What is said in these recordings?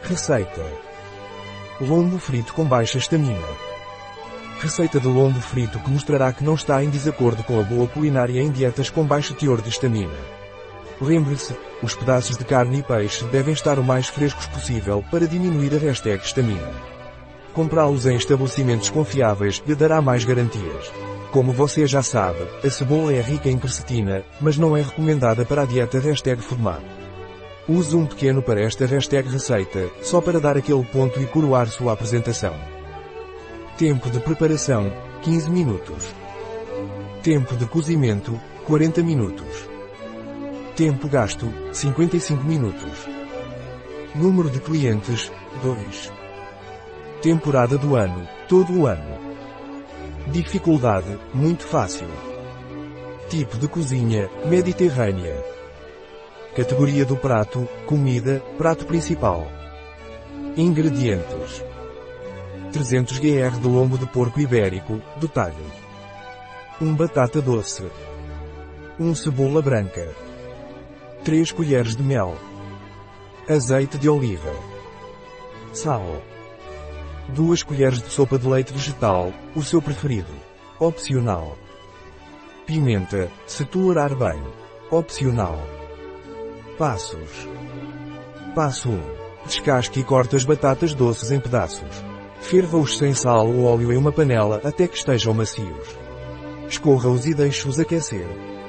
Receita: lombo frito com baixa estamina. Receita de lombo frito que mostrará que não está em desacordo com a boa culinária em dietas com baixo teor de estamina. Lembre-se, os pedaços de carne e peixe devem estar o mais frescos possível para diminuir a #estamina. Comprá-los em estabelecimentos confiáveis lhe dará mais garantias. Como você já sabe, a cebola é rica em quercetina, mas não é recomendada para a dieta #FODMAP. Use um pequeno para esta #receita, só para dar aquele ponto e coroar sua apresentação. Tempo de preparação: 15 minutos. Tempo de cozimento: 40 minutos. Tempo gasto: 55 minutos. Número de clientes: 2. Temporada do ano: todo o ano. Dificuldade: muito fácil. Tipo de cozinha: mediterrânea. Categoria do prato: comida, prato principal. Ingredientes: 300 gr de lombo de porco ibérico, do talho. 1 batata doce. 1 cebola branca. 3 colheres de mel. Azeite de oliva. Sal. 2 colheres de sopa de leite vegetal, o seu preferido. Opcional. Pimenta, se tolerar bem. Opcional. Passos. Passo 1. Descasque e corte as batatas doces em pedaços. Ferva-os sem sal ou óleo em uma panela até que estejam macios. Escorra-os e deixe-os aquecer.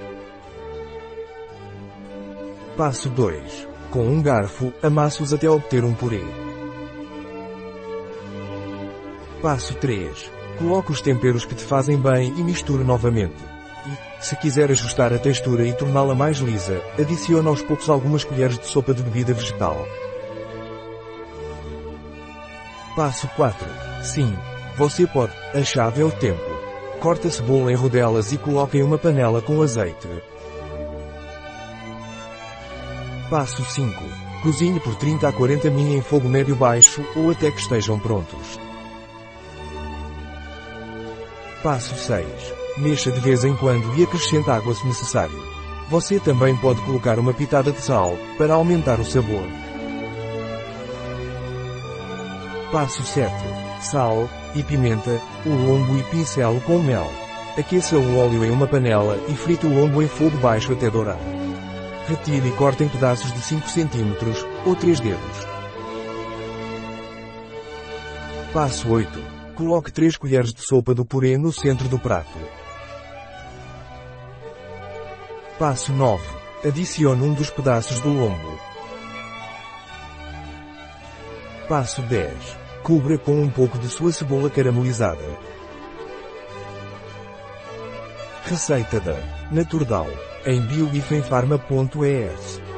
Passo 2. Com um garfo, amasse-os até obter um purê. Passo 3. Coloque os temperos que te fazem bem e misture novamente. E, se quiser ajustar a textura e torná-la mais lisa, adicione aos poucos algumas colheres de sopa de bebida vegetal. Passo 4. Sim, você pode. A chave é o tempo. Corte a cebola em rodelas e coloque em uma panela com azeite. Passo 5. Cozinhe por 30 a 40 min em fogo médio-baixo ou até que estejam prontos. Passo 6. Mexa de vez em quando e acrescente água se necessário. Você também pode colocar uma pitada de sal, para aumentar o sabor. Passo 7. Sal e pimenta, o lombo e pincelo com mel. Aqueça o óleo em uma panela e frite o lombo em fogo baixo até dourar. Retire e corte em pedaços de 5 cm, ou 3 dedos. Passo 8. Coloque 3 colheres de sopa do purê no centro do prato. Passo 9. Adicione um dos pedaços do lombo. Passo 10. Cubra com um pouco de sua cebola caramelizada. Receita da Naturdal, em biobifenfarma.es.